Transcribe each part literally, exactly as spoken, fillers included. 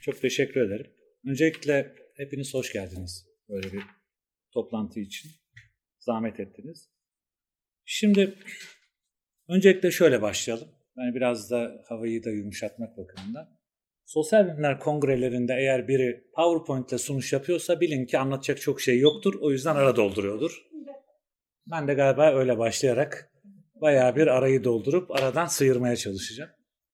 Çok teşekkür ederim. Öncelikle hepiniz hoş geldiniz böyle bir toplantı için. Zahmet ettiniz. Şimdi öncelikle şöyle başlayalım. Yani biraz da havayı da yumuşatmak bakımından. Sosyal bilimler kongrelerinde eğer biri PowerPoint ile sunuş yapıyorsa bilin ki anlatacak çok şey yoktur. O yüzden ara dolduruyordur. Ben de galiba öyle başlayarak bayağı bir arayı doldurup aradan sıyırmaya çalışacağım.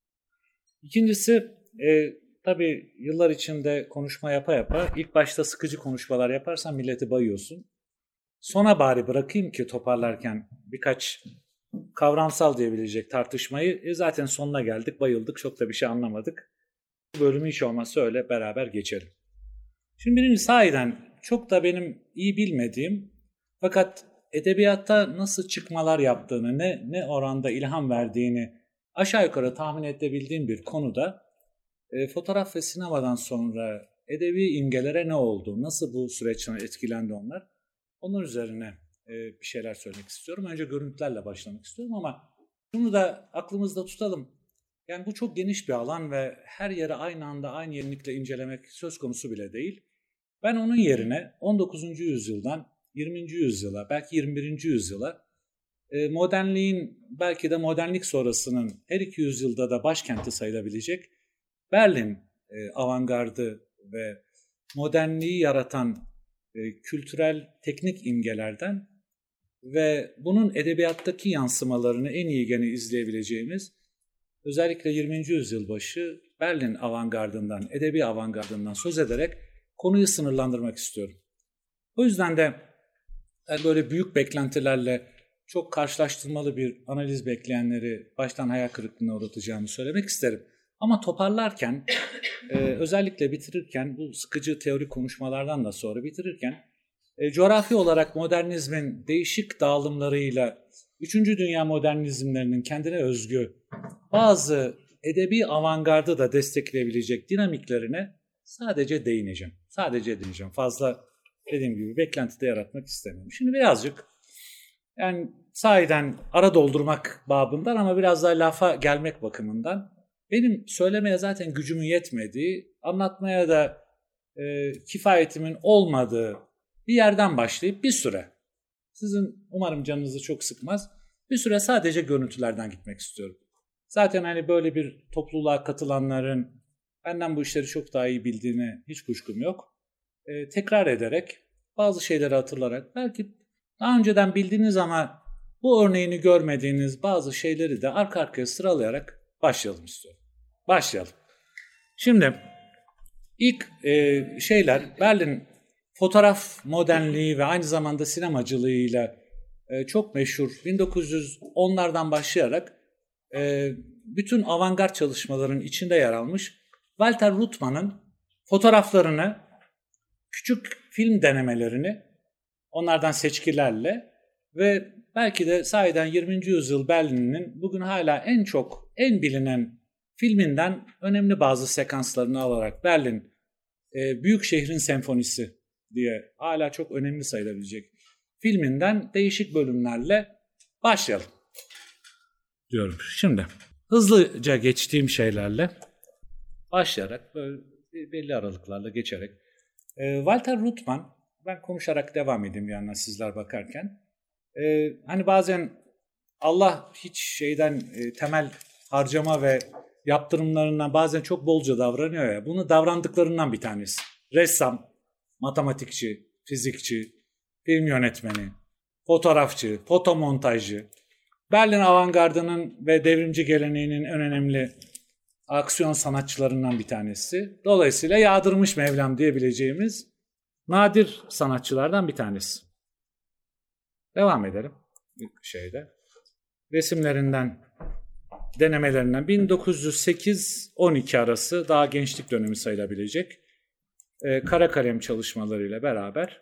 İkincisi, e, tabii yıllar içinde konuşma yapa yapa ilk başta sıkıcı konuşmalar yaparsan milleti bayıyorsun. Sona bari bırakayım ki toparlarken birkaç kavramsal diyebilecek tartışmayı. E, zaten sonuna geldik, bayıldık, çok da bir şey anlamadık. Bu bölümü hiç olmazsa öyle beraber geçelim. Şimdi birinci sahiden çok da benim iyi bilmediğim fakat edebiyatta nasıl çıkmalar yaptığını, ne, ne oranda ilham verdiğini aşağı yukarı tahmin edebildiğim bir konuda e, fotoğraf ve sinemadan sonra edebi imgelere ne oldu, nasıl bu süreçten etkilendi onlar? Onun üzerine e, bir şeyler söylemek istiyorum. Önce görüntülerle başlamak istiyorum ama şunu da aklımızda tutalım. Yani bu çok geniş bir alan ve her yeri aynı anda aynı yenilikle incelemek söz konusu bile değil. Ben onun yerine on dokuzuncu yüzyıldan yirminci yüzyıla, belki yirmi birinci yüzyıla modernliğin, belki de modernlik sonrasının her iki yüzyılda da başkenti sayılabilecek Berlin avantgardı ve modernliği yaratan kültürel teknik imgelerden ve bunun edebiyattaki yansımalarını en iyi gene izleyebileceğimiz özellikle yirminci yüzyıl başı Berlin avantgardından, edebi avantgardından söz ederek konuyu sınırlandırmak istiyorum. O yüzden de böyle büyük beklentilerle çok karşılaştırmalı bir analiz bekleyenleri baştan hayal kırıklığına uğratacağımı söylemek isterim. Ama toparlarken, e, özellikle bitirirken, bu sıkıcı teorik konuşmalardan da sonra bitirirken, e, coğrafi olarak modernizmin değişik dağılımlarıyla üçüncü dünya modernizmlerinin kendine özgü bazı edebi avantgardı da destekleyebilecek dinamiklerine sadece değineceğim. Sadece değineceğim. Fazla dediğim gibi beklenti de yaratmak istemiyorum. Şimdi birazcık yani sahiden ara doldurmak babından ama biraz daha lafa gelmek bakımından benim söylemeye zaten gücümün yetmediği, anlatmaya da e, kifayetimin olmadığı bir yerden başlayıp bir süre, sizin umarım canınızı çok sıkmaz, bir süre sadece görüntülerden gitmek istiyorum. Zaten hani böyle bir topluluğa katılanların benden bu işleri çok daha iyi bildiğine hiç kuşkum yok. E, tekrar ederek, bazı şeyleri hatırlarak, belki daha önceden bildiğiniz ama bu örneğini görmediğiniz bazı şeyleri de arka arkaya sıralayarak başlayalım istiyorum. Başlayalım. Şimdi ilk e, şeyler Berlin fotoğraf modernliği ve aynı zamanda sinemacılığıyla e, çok meşhur bin dokuz yüz onlardan başlayarak e, bütün avantgard çalışmaların içinde yer almış Walter Ruttmann'ın fotoğraflarını, küçük film denemelerini onlardan seçkilerle ve belki de sahiden yirminci yüzyıl Berlin'in bugün hala en çok, en bilinen filminden önemli bazı sekanslarını alarak Berlin, e, Büyük Şehrin Senfonisi diye hala çok önemli sayılabilecek filminden değişik bölümlerle başlayalım diyorum. Şimdi hızlıca geçtiğim şeylerle başlayarak böyle belli aralıklarla geçerek e, Walter Ruttmann, ben konuşarak devam edeyim bir yandan sizler bakarken. Ee, hani bazen Allah hiç şeyden e, temel harcama ve yaptırımlarından bazen çok bolca davranıyor ya. Bunu davrandıklarından bir tanesi. Ressam, matematikçi, fizikçi, film yönetmeni, fotoğrafçı, fotomontajcı. Berlin avantgardının ve devrimci geleneğinin en önemli aksiyon sanatçılarından bir tanesi. Dolayısıyla yağdırmış Mevlam diyebileceğimiz nadir sanatçılardan bir tanesi. Devam edelim şeyde. Resimlerinden, denemelerinden bin dokuz yüz sekiz on iki arası daha gençlik dönemi sayılabilecek e, kara kalem çalışmalarıyla beraber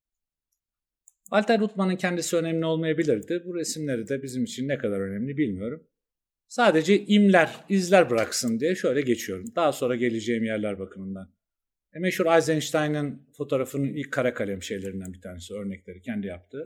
Walter Ruttmann'ın kendisi önemli olmayabilirdi. Bu resimleri de bizim için ne kadar önemli bilmiyorum. Sadece imler, izler bıraksın diye şöyle geçiyorum. Daha sonra geleceğim yerler bakımından. E, meşhur Eisenstein'ın fotoğrafının ilk kara kalem şeylerinden bir tanesi, örnekleri kendi yaptığı.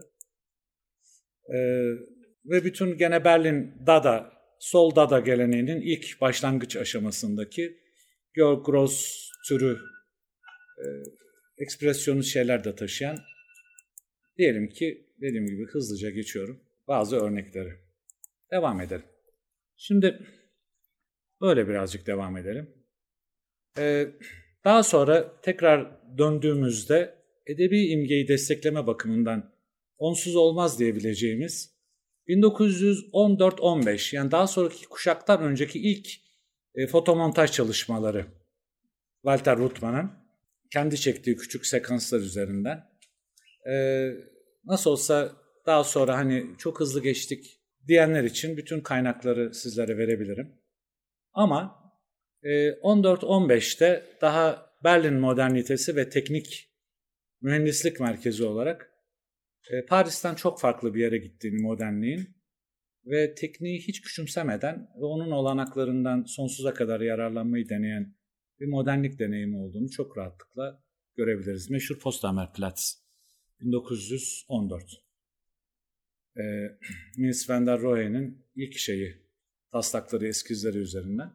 E, ve bütün gene Berlin Dada, Sol Dada geleneğinin ilk başlangıç aşamasındaki Georg Gross türü e, ekspresyonist şeyler de taşıyan, diyelim ki dediğim gibi hızlıca geçiyorum bazı örnekleri. Devam edelim. Şimdi böyle birazcık devam edelim. Ee, daha sonra tekrar döndüğümüzde edebi imgeyi destekleme bakımından onsuz olmaz diyebileceğimiz bin dokuz yüz on dört on beş, yani daha sonraki kuşaktan önceki ilk e, fotomontaj çalışmaları Walter Ruttmann'ın kendi çektiği küçük sekanslar üzerinden. Ee, nasıl olsa daha sonra hani çok hızlı geçtik diyenler için bütün kaynakları sizlere verebilirim. Ama e, on dört on beşte daha Berlin modernitesi ve teknik mühendislik merkezi olarak e, Paris'ten çok farklı bir yere gittiğini modernliğin ve tekniği hiç küçümsemeden ve onun olanaklarından sonsuza kadar yararlanmayı deneyen bir modernlik deneyimi olduğunu çok rahatlıkla görebiliriz. Meşhur Potsdamer Platz bin dokuz yüz on dört. E, Mies van der Rohe'nin ilk şeyi, taslakları, eskizleri üzerinden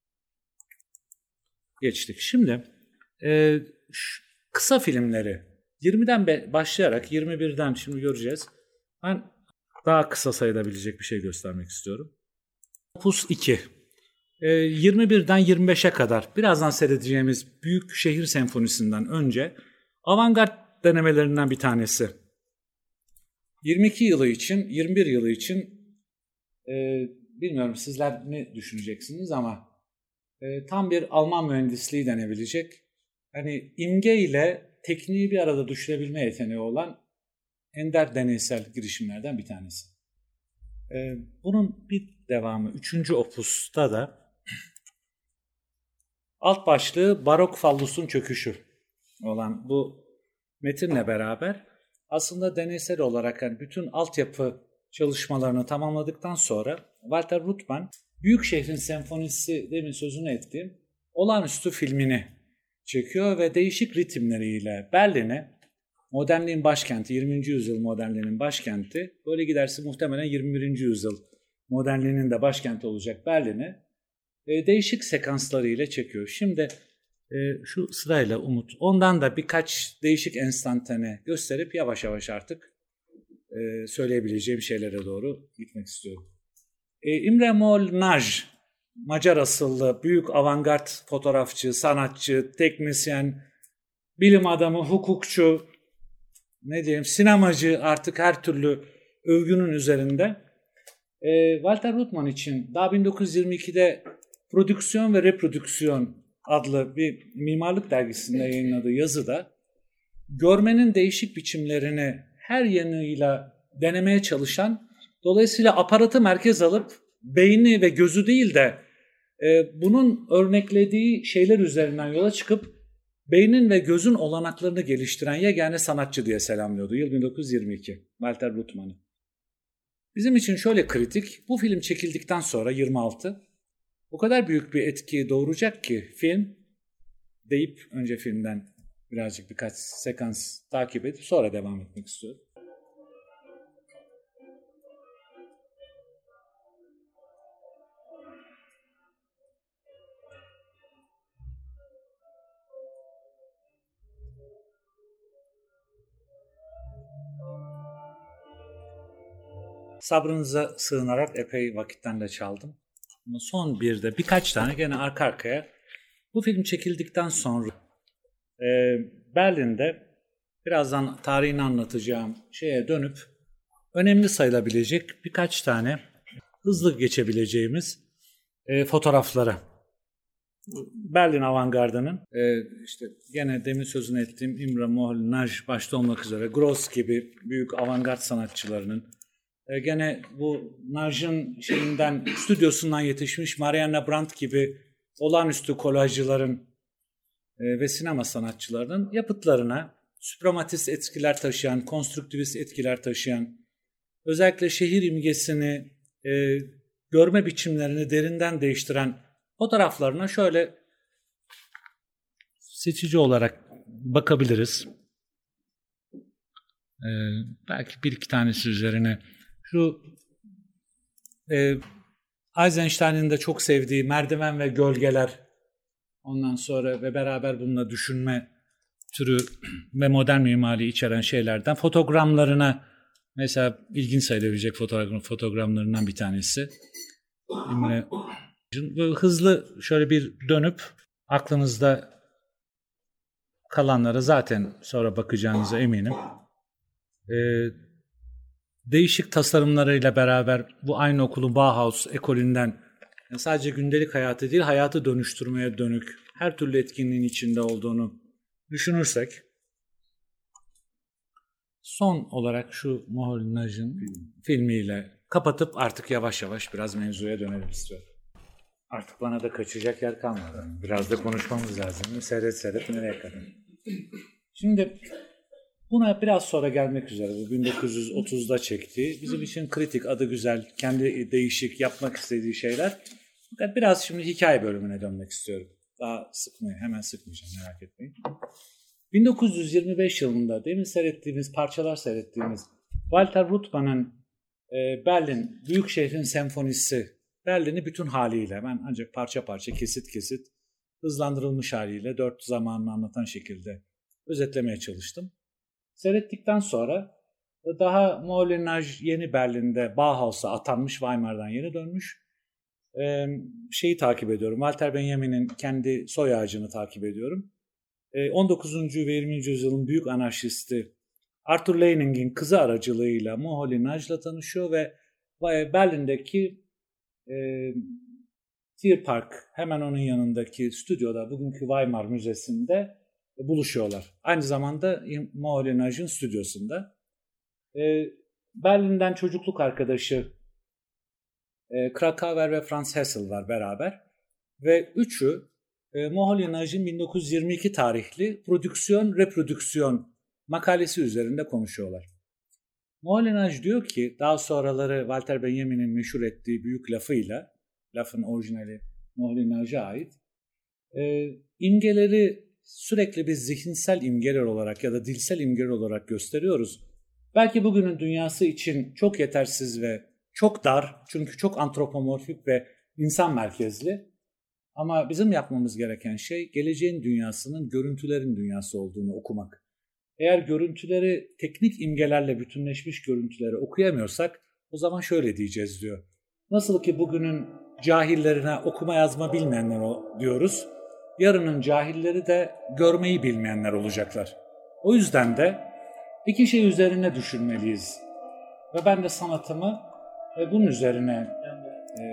geçtik. Şimdi e, şu, kısa filmleri yirmiden başlayarak yirmi birden şimdi göreceğiz. Ben daha kısa sayılabilecek bir şey göstermek istiyorum. Opus iki. E, yirmi birden yirmi beşe kadar birazdan seyredeceğimiz Büyük Şehir Senfonisi'nden önce avantgard denemelerinden bir tanesi. yirmi iki yılı için, yirmi bir yılı için e, bilmiyorum sizler ne düşüneceksiniz ama e, tam bir Alman mühendisliği denebilecek, hani imge ile tekniği bir arada düşürebilme yeteneği olan ender deneysel girişimlerden bir tanesi. E, bunun bir devamı, üçüncü opusta da alt başlığı Barok Fallus'un çöküşü olan bu metinle beraber aslında deneysel olarak yani bütün altyapı çalışmalarını tamamladıktan sonra Walter Ruttmann Büyük Şehrin Senfonisi demin sözünü ettiğim olağanüstü filmini çekiyor ve değişik ritimleriyle Berlin'i, modernliğin başkenti, yirminci yüzyıl modernliğinin başkenti, böyle giderse muhtemelen yirmi birinci yüzyıl modernliğinin de başkenti olacak Berlin'i e, değişik sekanslarıyla çekiyor. Şimdi e, şu sırayla Umut, ondan da birkaç değişik enstantane gösterip yavaş yavaş artık e, söyleyebileceğim şeylere doğru gitmek istiyorum. E, Imre Molnár, Macar asıllı büyük avantgard fotoğrafçı, sanatçı, teknisyen, bilim adamı, hukukçu, ne diyeyim, sinemacı, artık her türlü övgünün üzerinde. E, Walter Ruttmann için daha bin dokuz yüz yirmi ikide Prodüksiyon ve Reprodüksiyon adlı bir mimarlık dergisinde yayınladığı yazıda görmenin değişik biçimlerini her yanıyla denemeye çalışan, dolayısıyla aparatı merkez alıp beyni ve gözü değil de e, bunun örneklediği şeyler üzerinden yola çıkıp beynin ve gözün olanaklarını geliştiren yegane sanatçı diye selamlıyordu yıl bin dokuz yüz yirmi iki Walter Ruttmann'ı. Bizim için şöyle kritik, bu film çekildikten sonra yirmi altı o kadar büyük bir etki doğuracak ki film deyip önce filmden birazcık birkaç sekans takip edip sonra devam etmek istiyorum. Sabrınıza sığınarak epey vakitten de çaldım. Son bir de birkaç tane gene arka arkaya bu film çekildikten sonra e, Berlin'de birazdan tarihini anlatacağım şeye dönüp önemli sayılabilecek birkaç tane hızlı geçebileceğimiz e, fotoğraflara. Berlin avantgardının e, işte gene demin sözünü ettiğim Imre Molnár başta olmak üzere Gross gibi büyük avantgard sanatçılarının, e, gene bu Naj'ın şeyinden, stüdyosundan yetişmiş Marianne Brandt gibi olağanüstü kolajcıların e, ve sinema sanatçılarının yapıtlarına suprematist etkiler taşıyan, konstruktivist etkiler taşıyan, özellikle şehir imgesini, e, görme biçimlerini derinden değiştiren fotoğraflarına şöyle seçici olarak bakabiliriz. Ee, belki bir iki tanesi üzerine. Şu e, Eisenstein'in de çok sevdiği Merdiven ve Gölgeler Ondan sonra ve beraber bununla düşünme türü ve modern mimari içeren şeylerden fotogramlarına, mesela ilginç sayılabilecek fotoğraf, fotogramlarından bir tanesi. Emre, böyle hızlı şöyle bir dönüp aklınızda kalanlara zaten sonra bakacağınıza eminim. Ee, değişik tasarımlarıyla beraber bu aynı okulun Bauhaus ekolünden yani sadece gündelik hayatı değil, hayatı dönüştürmeye dönük her türlü etkinliğin içinde olduğunu düşünürsek, son olarak şu Moholy-Nagy filmiyle kapatıp artık yavaş yavaş biraz mevzuya dönelim istiyorum. Artık bana da kaçacak yer kalmadı. Biraz da konuşmamız lazım. Seyret seyret nereye kadar? Şimdi buna biraz sonra gelmek üzere. Bu bin dokuz yüz otuzda çektiği, bizim için kritik, adı güzel, kendi değişik yapmak istediği şeyler. Fakat biraz şimdi hikaye bölümüne dönmek istiyorum. Daha sıkmayın, hemen sıkmayacağım, merak etmeyin. bin dokuz yüz yirmi beş yılında demin seyrettiğimiz, parçalar seyrettiğimiz Walter Ruttmann'ın e, Berlin, Büyük Şehrin Senfonisi, Berlin'i bütün haliyle, ben ancak parça parça, kesit kesit, hızlandırılmış haliyle dört zamanını anlatan şekilde özetlemeye çalıştım. Seyrettikten sonra daha Moholy-Nagy yeni Berlin'de Bauhaus'a atanmış, Weimar'dan yeni dönmüş. Ee, şeyi takip ediyorum, Walter Benjamin'in kendi soy ağacını takip ediyorum. Ee, on dokuzuncu ve yirminci yüzyılın büyük anarşisti Arthur Leining'in kızı aracılığıyla Moholy-Nagy'la tanışıyor ve Berlin'deki e, Tierpark, hemen onun yanındaki stüdyoda, bugünkü Weimar Müzesi'nde buluşuyorlar. Aynı zamanda Moholy-Nagy'ın stüdyosunda. E, Berlin'den çocukluk arkadaşı e, Krakauer ve Franz Hessel var beraber. Ve üçü e, Moholy-Nagy'ın bin dokuz yüz yirmi iki tarihli prodüksiyon, reprodüksiyon makalesi üzerinde konuşuyorlar. Moholy-Nagy diyor ki, daha sonraları Walter Benjamin'in meşhur ettiği büyük lafıyla, lafın orijinali Moholy-Nagy'e ait, e, imgeleri sürekli biz zihinsel imgeler olarak ya da dilsel imgeler olarak gösteriyoruz. Belki bugünün dünyası için çok yetersiz ve çok dar, çünkü çok antropomorfik ve insan merkezli. Ama bizim yapmamız gereken şey, geleceğin dünyasının görüntülerin dünyası olduğunu okumak. Eğer görüntüleri teknik imgelerle bütünleşmiş görüntüleri okuyamıyorsak, o zaman şöyle diyeceğiz diyor. Nasıl ki bugünün cahillerine okuma yazma bilmeyenler diyoruz, yarının cahilleri de görmeyi bilmeyenler olacaklar. O yüzden de iki şey üzerine düşünmeliyiz. Ve ben de sanatımı e, bunun üzerine e,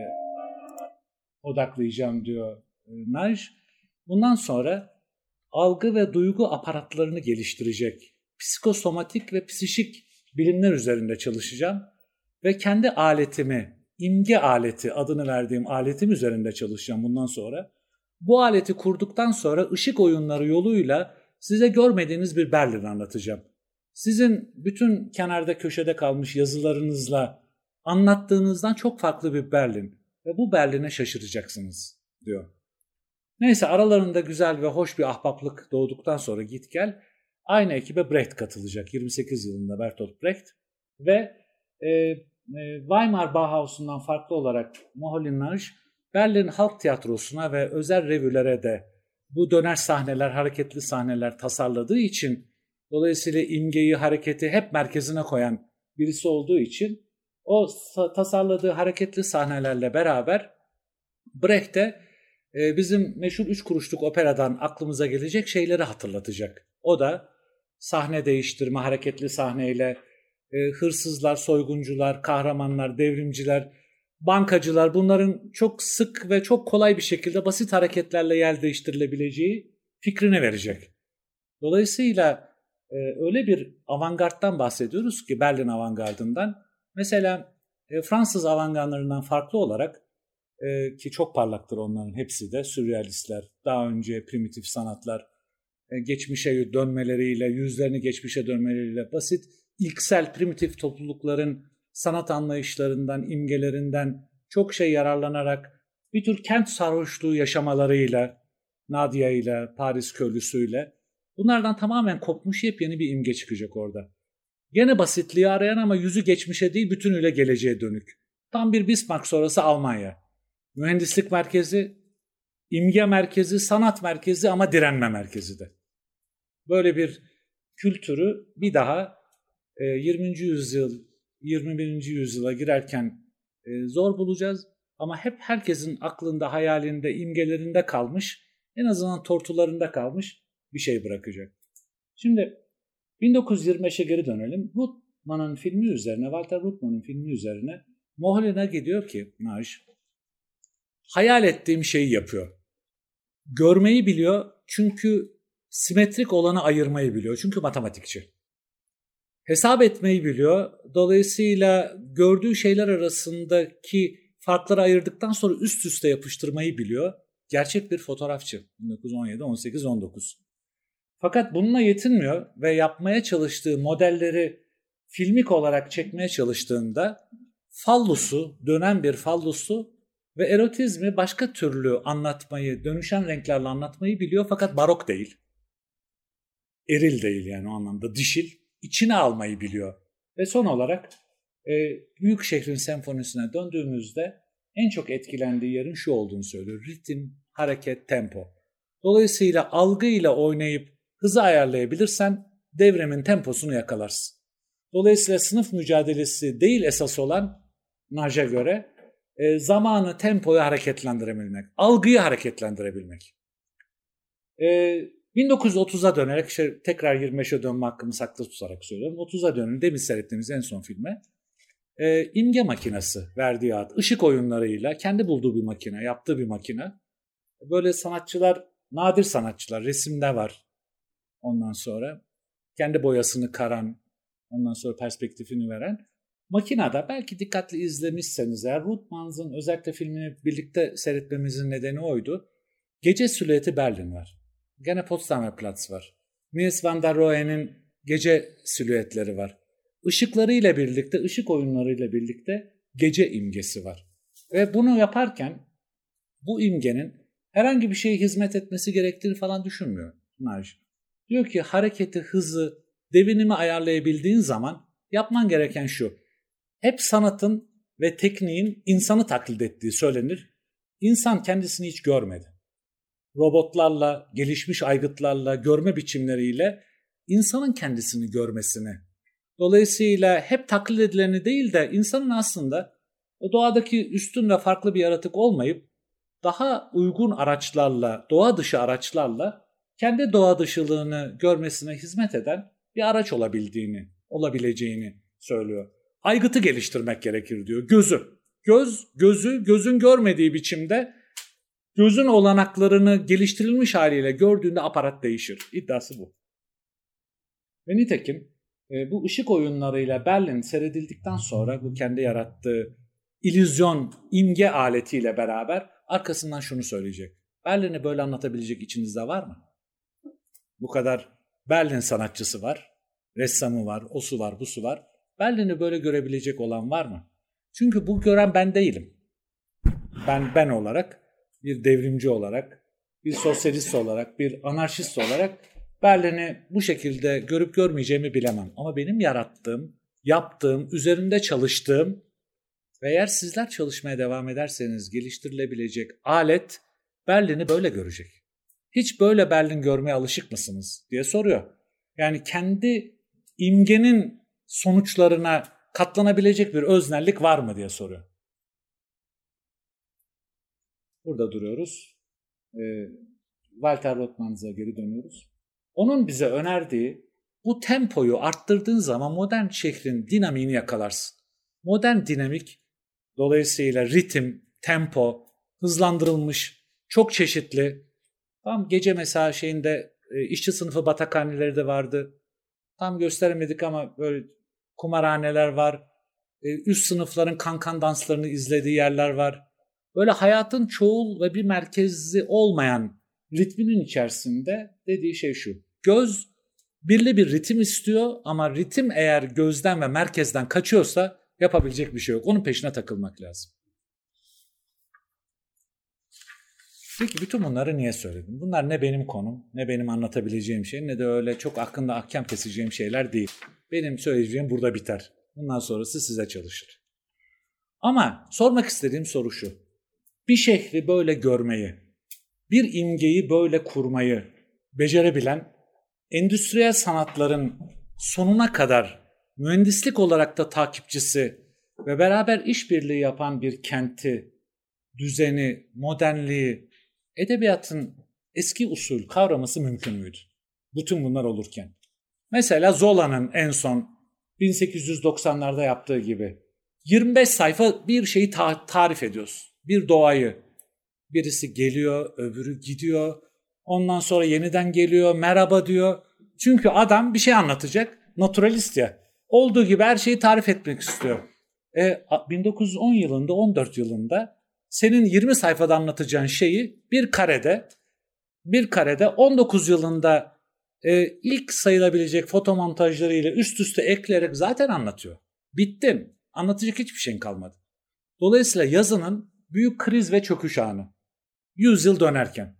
odaklayacağım diyor e, Nagy. Bundan sonra algı ve duygu aparatlarını geliştirecek psikosomatik ve psişik bilimler üzerinde çalışacağım. Ve kendi aletimi, imge aleti adını verdiğim aletim üzerinde çalışacağım bundan sonra. Bu aleti kurduktan sonra ışık oyunları yoluyla size görmediğiniz bir Berlin anlatacağım. Sizin bütün kenarda köşede kalmış yazılarınızla anlattığınızdan çok farklı bir Berlin. Ve bu Berlin'e şaşıracaksınız diyor. Neyse, aralarında güzel ve hoş bir ahbaplık doğduktan sonra git gel aynı ekibe Brecht katılacak. yirmi sekiz yılında Bertolt Brecht ve e, e, Weimar Bauhaus'undan farklı olarak Moholy-Nagy Berlin Halk Tiyatrosu'na ve özel revülere de bu döner sahneler, hareketli sahneler tasarladığı için, dolayısıyla imgeyi, hareketi hep merkezine koyan birisi olduğu için o tasarladığı hareketli sahnelerle beraber Brecht'e e, bizim meşhur üç kuruşluk operadan aklımıza gelecek şeyleri hatırlatacak. O da sahne değiştirme, hareketli sahneyle e, hırsızlar, soyguncular, kahramanlar, devrimciler, bankacılar, bunların çok sık ve çok kolay bir şekilde basit hareketlerle yer değiştirilebileceği fikrini verecek. Dolayısıyla e, öyle bir avantgardtan bahsediyoruz ki, Berlin avantgardından. Mesela e, Fransız avantgardlarından farklı olarak e, ki çok parlaktır onların hepsi de, sürrealistler, daha önce primitif sanatlar, e, geçmişe dönmeleriyle, yüzlerini geçmişe dönmeleriyle basit, ilksel primitif toplulukların sanat anlayışlarından, imgelerinden çok şey yararlanarak bir tür kent sarhoşluğu yaşamalarıyla, Nadia ile, Paris köylüsüyle, bunlardan tamamen kopmuş yepyeni bir imge çıkacak orada. Gene basitliği arayan ama yüzü geçmişe değil, bütünüyle geleceğe dönük. Tam bir Bismarck sonrası Almanya. Mühendislik merkezi, imge merkezi, sanat merkezi ama direnme merkezi de. Böyle bir kültürü bir daha yirminci yüzyıl, yirmi birinci yüzyıla girerken zor bulacağız. Ama hep herkesin aklında, hayalinde, imgelerinde kalmış, en azından tortularında kalmış bir şey bırakacak. Şimdi bin dokuz yüz yirmi beşe geri dönelim. Ruttmann'ın filmi üzerine, Walter Ruttmann'ın filmi üzerine Moholy-Nagy diyor ki, Nagy, hayal ettiğim şeyi yapıyor. Görmeyi biliyor çünkü simetrik olanı ayırmayı biliyor. Çünkü matematikçi. Hesap etmeyi biliyor. Dolayısıyla gördüğü şeyler arasındaki farkları ayırdıktan sonra üst üste yapıştırmayı biliyor. Gerçek bir fotoğrafçı. bin dokuz yüz on yedi, on sekiz, on dokuz. Fakat bununla yetinmiyor ve yapmaya çalıştığı modelleri filmik olarak çekmeye çalıştığında fallusu, dönen bir fallusu ve erotizmi başka türlü anlatmayı, dönüşen renklerle anlatmayı biliyor fakat barok değil. Eril değil yani o anlamda, dişil. İçine almayı biliyor. Ve son olarak e, Büyük Şehrin Senfonisi'ne döndüğümüzde en çok etkilendiği yerin şu olduğunu söylüyor. Ritim, hareket, tempo. Dolayısıyla algıyla oynayıp hızı ayarlayabilirsen devrimin temposunu yakalarsın. Dolayısıyla sınıf mücadelesi değil esas olan Nagy'a göre e, zamanı, tempoyu hareketlendirebilmek, algıyı hareketlendirebilmek. E, bin dokuz yüz otuza dönerek, işte tekrar yirmi beşe dönme hakkımı saklı tutarak söylüyorum. otuza dönün, demin seyrettiğimiz en son filme. E, imge makinesi verdiği ad. Işık oyunlarıyla kendi bulduğu bir makine, yaptığı bir makine. Böyle sanatçılar, nadir sanatçılar, resimde var ondan sonra. Kendi boyasını karan, ondan sonra perspektifini veren. Makinede belki dikkatli izlemişseniz eğer, Ruttmann'ın özellikle filmini birlikte seyretmemizin nedeni oydu. Gece silüeti Berlin var. Gene Potsdamer Platz var. Mies van der Rohe'nin gece silüetleri var. Işıklarıyla birlikte, ışık oyunlarıyla birlikte gece imgesi var. Ve bunu yaparken bu imgenin herhangi bir şeye hizmet etmesi gerektiğini falan düşünmüyor Nagy. Diyor ki hareketi, hızı, devinimi ayarlayabildiğin zaman yapman gereken şu. Hep sanatın ve tekniğin insanı taklit ettiği söylenir. İnsan kendisini hiç görmedi. Robotlarla, gelişmiş aygıtlarla, görme biçimleriyle insanın kendisini görmesini. Dolayısıyla hep taklit edileni değil de insanın aslında doğadaki üstün ve farklı bir yaratık olmayıp daha uygun araçlarla, doğa dışı araçlarla kendi doğa dışılığını görmesine hizmet eden bir araç olabildiğini, olabileceğini söylüyor. Aygıtı geliştirmek gerekir diyor. Gözü. Göz, gözü gözün görmediği biçimde gözün olanaklarını geliştirilmiş haliyle gördüğünde aparat değişir. İddiası bu. Ve nitekim e, bu ışık oyunlarıyla Berlin seyredildikten sonra bu kendi yarattığı illüzyon, imge aletiyle beraber arkasından şunu söyleyecek. Berlin'i böyle anlatabilecek içinizde var mı? Bu kadar Berlin sanatçısı var, ressamı var, osu var, busu var. Berlin'i böyle görebilecek olan var mı? Çünkü bu gören ben değilim. Ben ben olarak, bir devrimci olarak, bir sosyalist olarak, bir anarşist olarak Berlin'i bu şekilde görüp görmeyeceğimi bilemem. Ama benim yarattığım, yaptığım, üzerinde çalıştığım ve eğer sizler çalışmaya devam ederseniz geliştirilebilecek alet Berlin'i böyle görecek. Hiç böyle Berlin görmeye alışık mısınız diye soruyor. Yani kendi imgenin sonuçlarına katlanabilecek bir öznellik var mı diye soruyor. Burada duruyoruz. Ee, Walter Ruttmann'a geri dönüyoruz. Onun bize önerdiği bu tempoyu arttırdığın zaman modern şehrin dinamiğini yakalarsın. Modern dinamik dolayısıyla ritim, tempo, hızlandırılmış, çok çeşitli. Tam gece mesela şeyinde e, işçi sınıfı batakhaneleri de vardı. Tam gösteremedik ama böyle kumarhaneler var. E, üst sınıfların kankan danslarını izlediği yerler var. Böyle hayatın çoğul ve bir merkezi olmayan ritminin içerisinde dediği şey şu. Göz birli bir ritim istiyor ama ritim eğer gözden ve merkezden kaçıyorsa yapabilecek bir şey yok. Onun peşine takılmak lazım. Peki bütün bunları niye söyledim? Bunlar ne benim konum, ne benim anlatabileceğim şey, ne de öyle çok hakkında ahkam keseceğim şeyler değil. Benim söyleyeceğim burada biter. Bundan sonrası size çalışır. Ama sormak istediğim soru şu. Bir şehri böyle görmeyi, bir imgeyi böyle kurmayı becerebilen, endüstriyel sanatların sonuna kadar mühendislik olarak da takipçisi ve beraber işbirliği yapan bir kenti, düzeni, modernliği, edebiyatın eski usul kavraması mümkün müydü? Bütün bunlar olurken. Mesela Zola'nın en son bin sekiz yüz doksanlarda yaptığı gibi yirmi beş sayfa bir şeyi ta- tarif ediyoruz. Bir doğayı. Birisi geliyor, öbürü gidiyor. Ondan sonra yeniden geliyor, merhaba diyor. Çünkü adam bir şey anlatacak. Naturalist ya. Olduğu gibi her şeyi tarif etmek istiyor. E, bin dokuz yüz on yılında, on dört yılında senin yirmi sayfada anlatacağın şeyi bir karede, bir karede on dokuz yılında e, ilk sayılabilecek fotomontajlarıyla üst üste ekleyerek zaten anlatıyor. Bittin. Anlatacak hiçbir şeyin kalmadı. Dolayısıyla yazının büyük kriz ve çöküş anı. yüz yıl dönerken.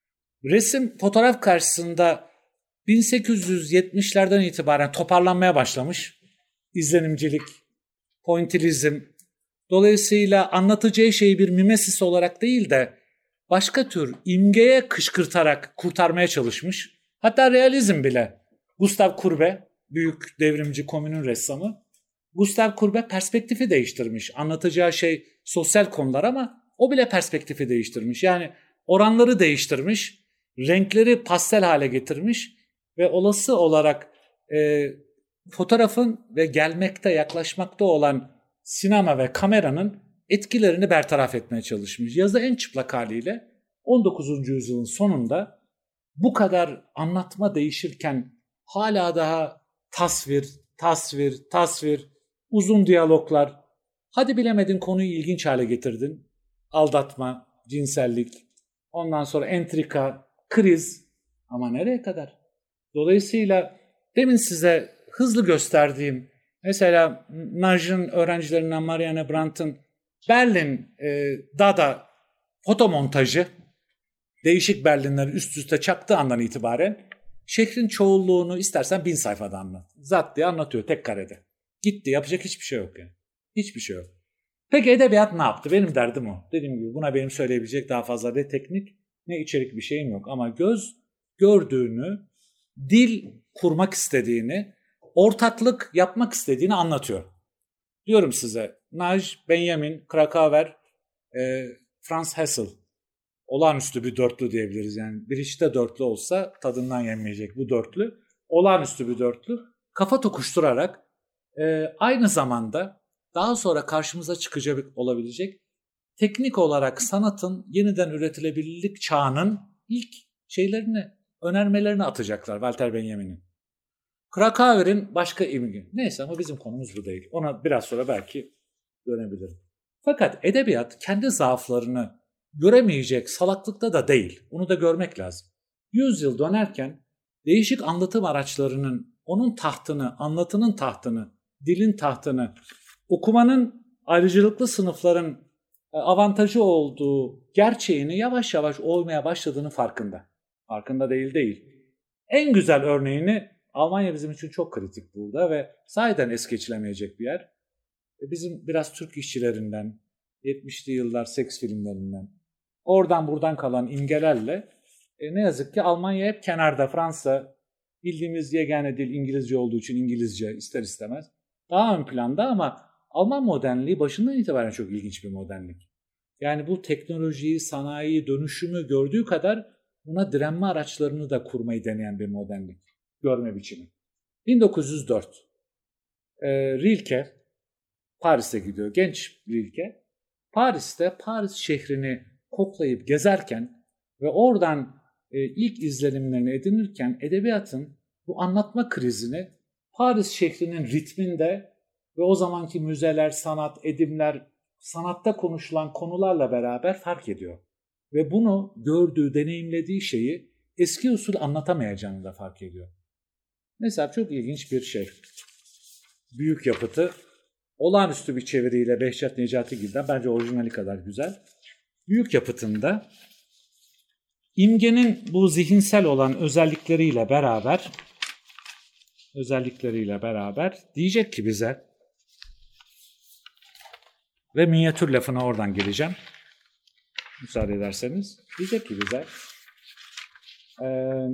Resim fotoğraf karşısında bin sekiz yüz yetmişlerden itibaren toparlanmaya başlamış. İzlenimcilik, pointilizm. Dolayısıyla anlatacağı şeyi bir mimesis olarak değil de başka tür imgeye kışkırtarak kurtarmaya çalışmış. Hatta realizm bile. Gustav Courbet, büyük devrimci komünün ressamı. Gustav Courbet perspektifi değiştirmiş. Anlatacağı şey sosyal konular ama o bile perspektifi değiştirmiş. Yani oranları değiştirmiş, renkleri pastel hale getirmiş ve olası olarak e, fotoğrafın ve gelmekte, yaklaşmakta olan sinema ve kameranın etkilerini bertaraf etmeye çalışmış. Yazı en çıplak haliyle on dokuzuncu yüzyılın sonunda bu kadar anlatma değişirken hala daha tasvir, tasvir, tasvir, uzun diyaloglar. Hadi bilemedin konuyu ilginç hale getirdin. Aldatma, cinsellik, ondan sonra entrika, kriz. Ama nereye kadar? Dolayısıyla demin size hızlı gösterdiğim, mesela Naj'ın öğrencilerinden Marianne Brandt'ın Berlin e, Dada fotomontajı, değişik Berlinleri üst üste çaktığı andan itibaren şehrin çoğulluğunu istersen bin sayfada anlat. Zat diye anlatıyor tek karede. Gitti, yapacak hiçbir şey yok yani. Hiçbir şey yok. Peki edebiyat ne yaptı? Benim derdim o. Dediğim gibi buna benim söyleyebilecek daha fazla ne teknik ne içerik bir şeyim yok. Ama göz gördüğünü, dil kurmak istediğini, ortaklık yapmak istediğini anlatıyor. Diyorum size, Naj, Benjamin, Krakauer, e, Franz Hessel. Olağanüstü bir dörtlü diyebiliriz. Yani bir işte dörtlü olsa tadından yenmeyecek bu dörtlü. Olağanüstü bir dörtlü. Kafa tokuşturarak e, aynı zamanda daha sonra karşımıza çıkacak olabilecek teknik olarak sanatın yeniden üretilebilirlik çağının ilk şeylerini, önermelerini atacaklar Walter Benjamin'in. Krakauer'in başka imgi. Neyse ama bizim konumuz bu değil. Ona biraz sonra belki dönebilirim. Fakat edebiyat kendi zaaflarını göremeyecek salaklıkta da değil. Bunu da görmek lazım. Yüz yıl dönerken değişik anlatım araçlarının onun tahtını, anlatının tahtını, dilin tahtını, okumanın ayrıcalıklı sınıfların avantajı olduğu gerçeğini yavaş yavaş olmaya başladığının farkında. Farkında değil değil. En güzel örneğini Almanya bizim için çok kritik burada ve sahiden es geçilemeyecek bir yer. Bizim biraz Türk işçilerinden, yetmişli yıllar seks filmlerinden, oradan buradan kalan imgelerle e, ne yazık ki Almanya hep kenarda. Fransa bildiğimiz yegane dil İngilizce olduğu için İngilizce ister istemez daha ön planda ama Alman modernliği başından itibaren çok ilginç bir modernlik. Yani bu teknolojiyi, sanayiyi, dönüşümü gördüğü kadar buna direnme araçlarını da kurmayı deneyen bir modernlik. Görme biçimi. bin dokuz yüz dört e, Rilke Paris'e gidiyor. Genç Rilke. Paris'te Paris şehrini koklayıp gezerken ve oradan e, ilk izlenimlerini edinirken edebiyatın bu anlatma krizini Paris şehrinin ritminde ve o zamanki müzeler, sanat, edimler, sanatta konuşulan konularla beraber fark ediyor. Ve bunu gördüğü, deneyimlediği şeyi eski usul anlatamayacağını da fark ediyor. Mesela çok ilginç bir şey. Büyük yapıtı, olağanüstü bir çeviriyle Behçet Necatigil'den, bence orijinali kadar güzel. Büyük yapıtında imgenin bu zihinsel olan özellikleriyle beraber özellikleriyle beraber diyecek ki bize ve minyatür lafına oradan geleceğim. müsaade ederseniz. Diyecek ki bize ee,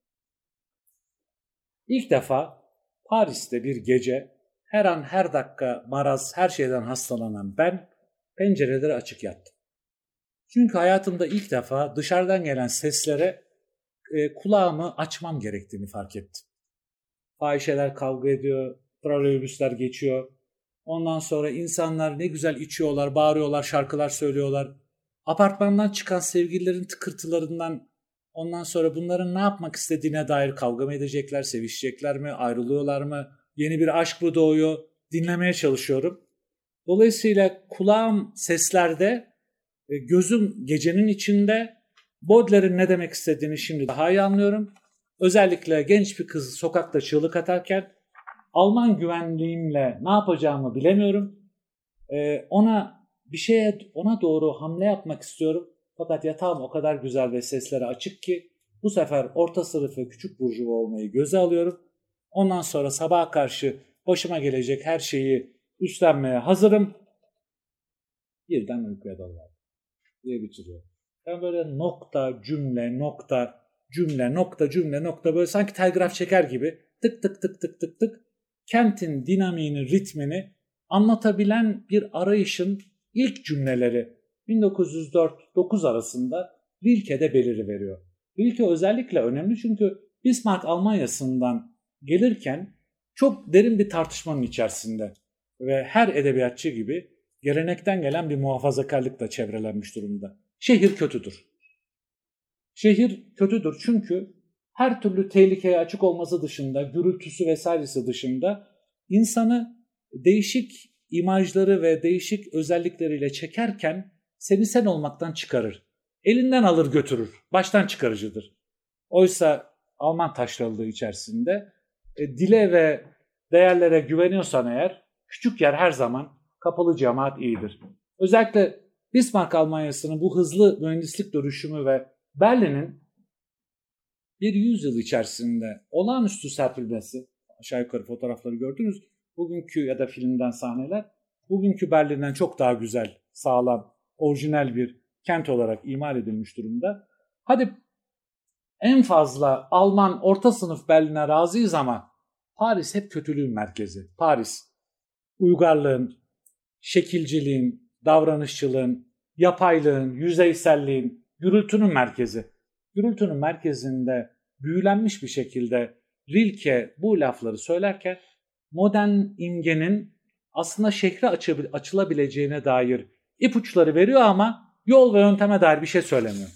ilk defa Paris'te bir gece her an her dakika maraz her şeyden hastalanan ben pencereleri açık yattım. Çünkü hayatımda ilk defa dışarıdan gelen seslere e, kulağımı açmam gerektiğini fark ettim. Fahişeler kavga ediyor, trolleybüsler geçiyor. Ondan sonra insanlar ne güzel içiyorlar, bağırıyorlar, şarkılar söylüyorlar. Apartmandan çıkan sevgililerin tıkırtılarından, ondan sonra bunların ne yapmak istediğine dair kavga mı edecekler, sevişecekler mi, ayrılıyorlar mı, yeni bir aşk mı doğuyor, dinlemeye çalışıyorum. Dolayısıyla kulağım seslerde, gözüm gecenin içinde. Baudelaire'in ne demek istediğini şimdi daha iyi anlıyorum. Özellikle genç bir kız sokakta çığlık atarken Alman güvenliğimle ne yapacağımı bilemiyorum. Ee, ona bir şeye, ona doğru hamle yapmak istiyorum. Fakat yatağım o kadar güzel ve sesleri açık ki bu sefer orta sınıf ve küçük burjuva olmayı göze alıyorum. Ondan sonra sabaha karşı başıma gelecek her şeyi üstlenmeye hazırım. Birden uykuya dalıyorum diye bitiriyor. Ben böyle nokta, cümle, nokta, cümle, nokta, cümle, nokta böyle sanki telgraf çeker gibi tık tık tık tık tık tık kentin dinamiğini, ritmini anlatabilen bir arayışın ilk cümleleri bin dokuz yüz dört dokuz arasında Rilke'de beliriveriyor. Rilke özellikle önemli çünkü Bismarck Almanya'sından gelirken çok derin bir tartışmanın içerisinde ve her edebiyatçı gibi gelenekten gelen bir muhafazakarlıkla çevrelenmiş durumda. Şehir kötüdür. Şehir kötüdür çünkü her türlü tehlikeye açık olması dışında, gürültüsü vesairesi dışında insanı değişik imajları ve değişik özellikleriyle çekerken seni sen olmaktan çıkarır. Elinden alır götürür. Baştan çıkarıcıdır. Oysa Alman taşralığı içerisinde e, dile ve değerlere güveniyorsan eğer küçük yer her zaman kapalı cemaat iyidir. Özellikle Bismarck Almanyası'nın bu hızlı mühendislik dönüşümü ve Berlin'in bir yüzyıl içerisinde olağanüstü serpilmesi, aşağı yukarı fotoğrafları gördünüz, bugünkü ya da filmden sahneler, bugünkü Berlin'den çok daha güzel, sağlam, orijinal bir kent olarak imal edilmiş durumda. Hadi en fazla Alman orta sınıf Berlin'e razıyız ama Paris hep kötülüğün merkezi. Paris, uygarlığın, şekilciliğin, davranışçılığın, yapaylığın, yüzeyselliğin, gürültünün merkezi. Gürültünün merkezinde büyülenmiş bir şekilde Rilke bu lafları söylerken modern imgenin aslında şehre açılabileceğine dair ipuçları veriyor ama yol ve yönteme dair bir şey söylemiyor.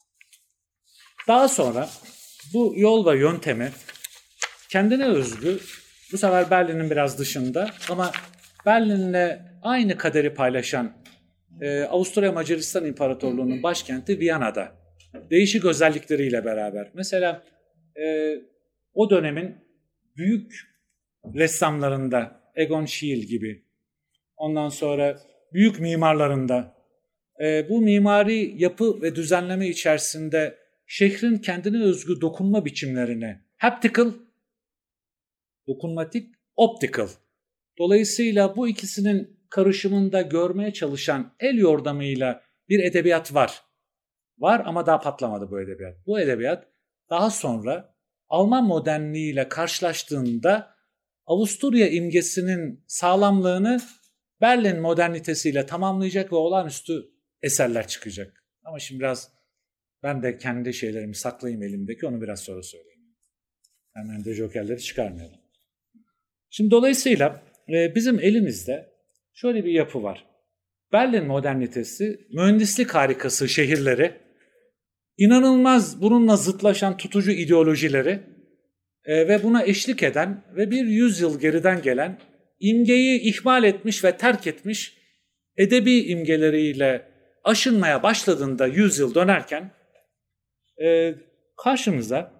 Daha sonra bu yol ve yöntemi kendine özgü, bu sefer Berlin'in biraz dışında ama Berlin'le aynı kaderi paylaşan e, Avusturya Macaristan İmparatorluğu'nun başkenti Viyana'da değişik özellikleriyle beraber. Mesela e, o dönemin büyük ressamlarında Egon Schiele gibi, ondan sonra büyük mimarlarında e, bu mimari yapı ve düzenleme içerisinde şehrin kendine özgü dokunma biçimlerini haptical, dokunmatik, optical. Dolayısıyla bu ikisinin karışımında görmeye çalışan el yordamıyla bir edebiyat var. Var ama daha patlamadı bu edebiyat. Bu edebiyat daha sonra Alman modernliğiyle karşılaştığında Avusturya imgesinin sağlamlığını Berlin modernitesiyle tamamlayacak ve olağanüstü eserler çıkacak. Ama şimdi biraz ben de kendi şeylerimi saklayayım elimdeki, onu biraz sonra söyleyeyim. Hemen de jokerleri çıkarmayalım. Şimdi dolayısıyla bizim elimizde şöyle bir yapı var. Berlin modernitesi, mühendislik harikası şehirleri, inanılmaz bununla zıtlaşan tutucu ideolojileri e, ve buna eşlik eden ve bir yüzyıl geriden gelen imgeyi ihmal etmiş ve terk etmiş edebi imgeleriyle aşınmaya başladığında yüzyıl dönerken e, karşımıza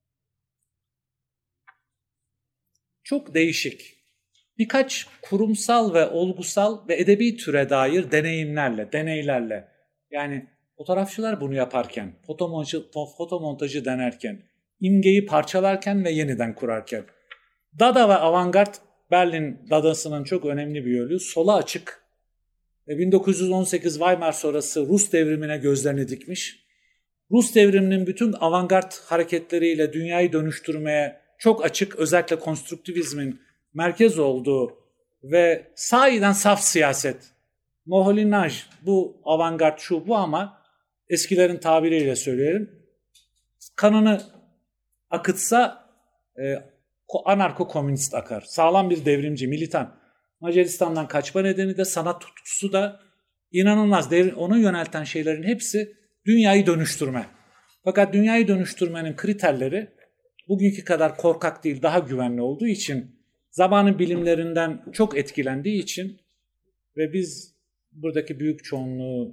çok değişik birkaç kurumsal ve olgusal ve edebi türe dair deneyimlerle, deneylerle, yani fotoğrafçılar bunu yaparken, fotomontajı, fotomontajı denerken, imgeyi parçalarken ve yeniden kurarken, Dada ve avantgard, Berlin Dada'sının çok önemli bir yönü, sola açık bin dokuz yüz on sekiz Weimar sonrası Rus devrimine gözlerini dikmiş. Rus devriminin bütün avantgard hareketleriyle dünyayı dönüştürmeye çok açık, özellikle konstruktivizmin merkez olduğu ve sahiden saf siyaset, moholinaj, bu avantgard şu bu ama eskilerin tabiriyle söyleyelim, kanını akıtsa e, anarko-komünist akar. Sağlam bir devrimci, militan. Macaristan'dan kaçma nedeni de sanat tutkusu da inanılmaz. Devrim, onu yönelten şeylerin hepsi dünyayı dönüştürme. Fakat dünyayı dönüştürmenin kriterleri bugünkü kadar korkak değil, daha güvenli olduğu için, zamanın bilimlerinden çok etkilendiği için ve biz buradaki büyük çoğunluğu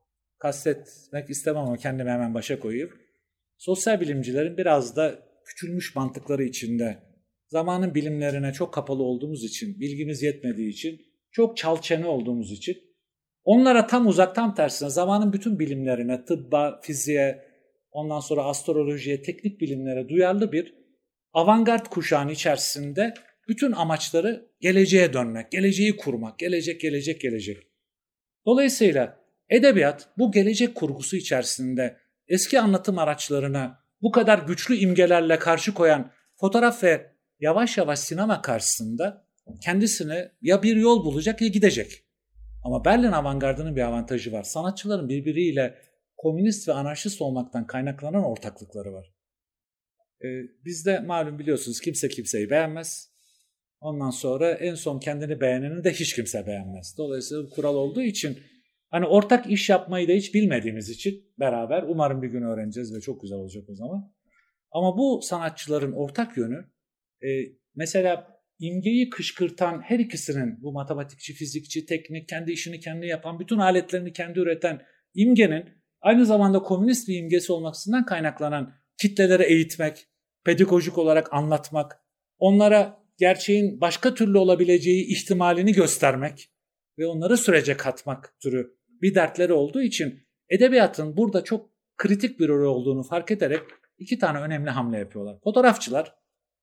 kastetmek istemem ama kendimi hemen başa koyayım. Sosyal bilimcilerin biraz da küçülmüş mantıkları içinde, zamanın bilimlerine çok kapalı olduğumuz için, bilgimiz yetmediği için, çok çalçene olduğumuz için, onlara tam uzak, tam tersine zamanın bütün bilimlerine, tıbba, fiziğe, ondan sonra astrolojiye, teknik bilimlere duyarlı bir avantgard kuşağın içerisinde bütün amaçları geleceğe dönmek, geleceği kurmak, gelecek, gelecek, gelecek. Dolayısıyla edebiyat bu gelecek kurgusu içerisinde eski anlatım araçlarına bu kadar güçlü imgelerle karşı koyan fotoğraf ve yavaş yavaş sinema karşısında kendisine ya bir yol bulacak ya gidecek. Ama Berlin avantgardının bir avantajı var. Sanatçıların birbiriyle komünist ve anarşist olmaktan kaynaklanan ortaklıkları var. Ee, bizde malum biliyorsunuz kimse kimseyi beğenmez. Ondan sonra en son kendini beğeneni de hiç kimse beğenmez. Dolayısıyla bu kural olduğu için hani ortak iş yapmayı da hiç bilmediğimiz için beraber umarım bir gün öğreneceğiz ve çok güzel olacak o zaman. Ama bu sanatçıların ortak yönü e, mesela imgeyi kışkırtan her ikisinin, bu matematikçi, fizikçi, teknik, kendi işini kendi yapan, bütün aletlerini kendi üreten imgenin aynı zamanda komünist bir imgesi olmasından kaynaklanan kitleleri eğitmek, pedagojik olarak anlatmak, onlara gerçeğin başka türlü olabileceği ihtimalini göstermek ve onları sürece katmak türü bir dertleri olduğu için edebiyatın burada çok kritik bir rol olduğunu fark ederek iki tane önemli hamle yapıyorlar. Fotoğrafçılar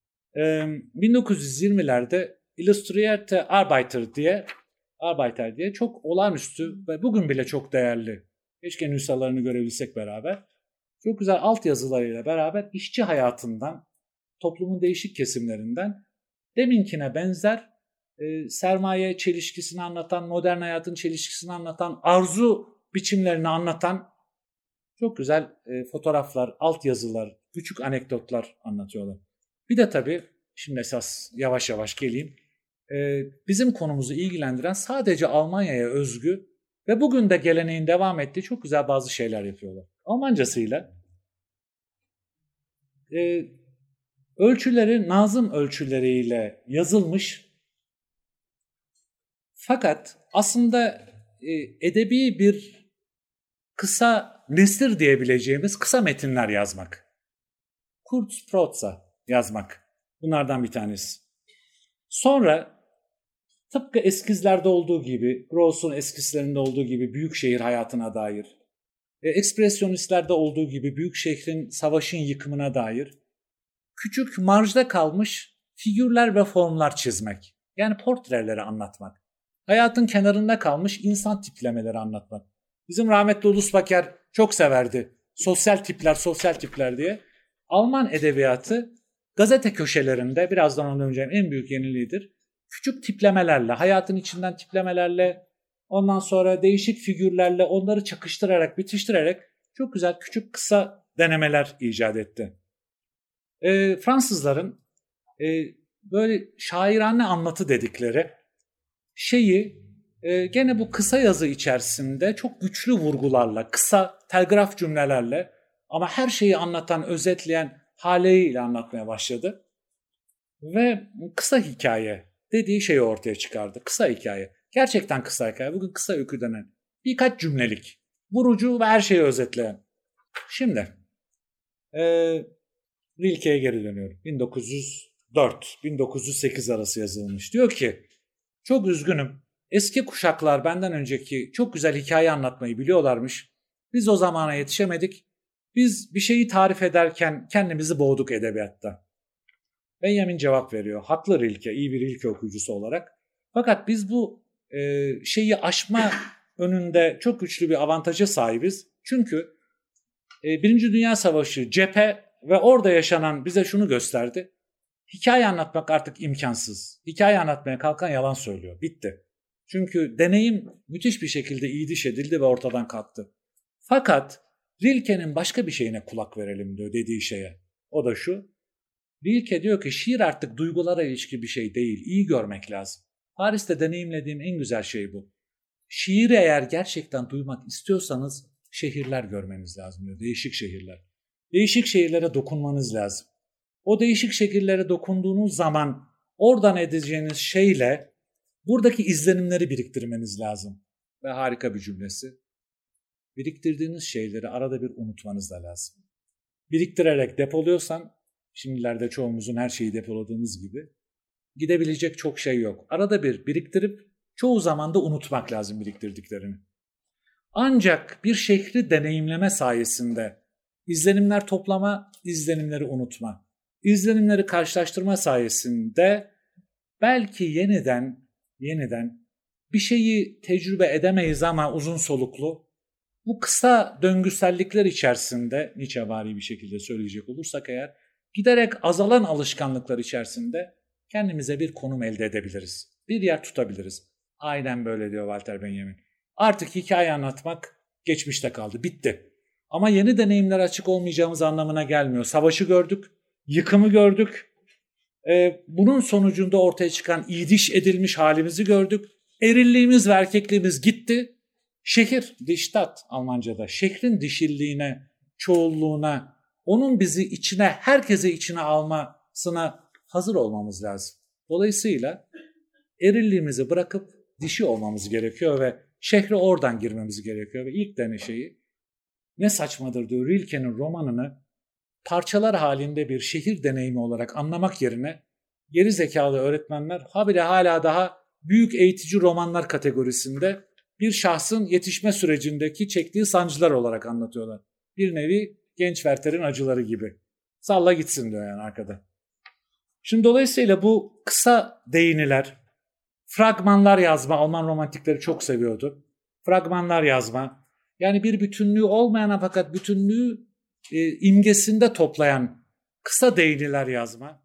bin dokuz yüz yirmilerde Illustrierte Arbeiter diye Arbeiter diye çok olağanüstü ve bugün bile çok değerli, keşke nüshalarını görebilsek beraber, çok güzel altyazılarıyla beraber işçi hayatından, toplumun değişik kesimlerinden deminkine benzer e, sermaye çelişkisini anlatan, modern hayatın çelişkisini anlatan, arzu biçimlerini anlatan çok güzel e, fotoğraflar, altyazılar, küçük anekdotlar anlatıyorlar. Bir de tabii şimdi esas yavaş yavaş geleyim. E, bizim konumuzu ilgilendiren sadece Almanya'ya özgü ve bugün de geleneğin devam ettiği çok güzel bazı şeyler yapıyorlar. Almancasıyla e, ölçüleri Nazım ölçüleriyle yazılmış, fakat aslında e, edebi bir kısa nesir diyebileceğimiz kısa metinler yazmak. Kurzprosa yazmak. Bunlardan bir tanesi. Sonra tıpkı eskizlerde olduğu gibi, Gross'un eskizlerinde olduğu gibi büyük şehir hayatına dair, e, ekspresyonistlerde olduğu gibi büyük şehrin savaşın yıkımına dair küçük marjda kalmış figürler ve formlar çizmek. Yani portreleri anlatmak. Hayatın kenarında kalmış insan tiplemeleri anlatmak. Bizim rahmetli Ulus Baker çok severdi. Sosyal tipler, sosyal tipler diye. Alman edebiyatı gazete köşelerinde, birazdan ondan önce en büyük yeniliğidir, küçük tiplemelerle, hayatın içinden tiplemelerle, ondan sonra değişik figürlerle onları çakıştırarak, bitiştirerek çok güzel küçük kısa denemeler icat etti. E, Fransızların e, böyle şairane anlatı dedikleri şeyi e, gene bu kısa yazı içerisinde çok güçlü vurgularla, kısa telgraf cümlelerle ama her şeyi anlatan, özetleyen haleyle anlatmaya başladı. Ve kısa hikaye dediği şeyi ortaya çıkardı. Kısa hikaye. Gerçekten kısa hikaye. Bugün kısa öykü denen. Birkaç cümlelik. Vurucu ve her şeyi özetleyen. Şimdi e, Rilke'ye geri dönüyorum. bin dokuz yüz dört bin dokuz yüz sekiz arası yazılmış. Diyor ki, çok üzgünüm. Eski kuşaklar benden önceki çok güzel hikaye anlatmayı biliyorlarmış. Biz o zamana yetişemedik. Biz bir şeyi tarif ederken kendimizi boğduk edebiyatta. Benjamin cevap veriyor. Haklı Rilke, iyi bir Rilke okuyucusu olarak. Fakat biz bu e, şeyi aşma önünde çok güçlü bir avantaja sahibiz. Çünkü e, Birinci Dünya Savaşı, cephe ve orada yaşanan bize şunu gösterdi. Hikaye anlatmak artık imkansız. Hikaye anlatmaya kalkan yalan söylüyor. Bitti. Çünkü deneyim müthiş bir şekilde iyiliş edildi ve ortadan kalktı. Fakat Rilke'nin başka bir şeyine kulak verelim diyor, dediği şeye. O da şu. Rilke diyor ki şiir artık duygulara ilişkin bir şey değil. İyi görmek lazım. Paris'te deneyimlediğim en güzel şey bu. Şiiri eğer gerçekten duymak istiyorsanız şehirler görmeniz lazım diyor. Değişik şehirler. Değişik şehirlere dokunmanız lazım. O değişik şehirlere dokunduğunuz zaman oradan edeceğiniz şeyle buradaki izlenimleri biriktirmeniz lazım. Ve harika bir cümlesi. Biriktirdiğiniz şeyleri arada bir unutmanız da lazım. Biriktirerek depoluyorsan, şimdilerde çoğumuzun her şeyi depoladığımız gibi, gidebilecek çok şey yok. Arada bir biriktirip çoğu zaman da unutmak lazım biriktirdiklerini. Ancak bir şehri deneyimleme sayesinde izlenimler toplama, izlenimleri unutma, izlenimleri karşılaştırma sayesinde belki yeniden yeniden bir şeyi tecrübe edemeyiz ama uzun soluklu, bu kısa döngüsellikler içerisinde, Nietzschevari bir şekilde söyleyecek olursak eğer, giderek azalan alışkanlıklar içerisinde kendimize bir konum elde edebiliriz. Bir yer tutabiliriz. Aynen böyle diyor Walter Benjamin. Artık hikaye anlatmak geçmişte kaldı, bitti. Ama yeni deneyimler açık olmayacağımız anlamına gelmiyor. Savaşı gördük, yıkımı gördük. Ee, bunun sonucunda ortaya çıkan iyiliş edilmiş halimizi gördük. Erilliğimiz ve erkekliğimiz gitti. Şehir, die Stadt Almanca'da, şehrin dişilliğine, çoğulluğuna, onun bizi içine, herkese içine almasına hazır olmamız lazım. Dolayısıyla erilliğimizi bırakıp dişi olmamız gerekiyor ve şehre oradan girmemiz gerekiyor. Ve ilk dene şeyi, ne saçmadır diyor, Rilke'nin romanını parçalar halinde bir şehir deneyimi olarak anlamak yerine geri zekalı öğretmenler habire hala daha büyük eğitici romanlar kategorisinde bir şahsın yetişme sürecindeki çektiği sancılar olarak anlatıyorlar. Bir nevi genç Werther'in acıları gibi. Salla gitsin diyor yani arkada. Şimdi dolayısıyla bu kısa değiniler, fragmanlar yazma, Alman romantikleri çok seviyordu. Fragmanlar yazma, yani bir bütünlüğü olmayan fakat bütünlüğü e, imgesinde toplayan kısa değiniler yazma,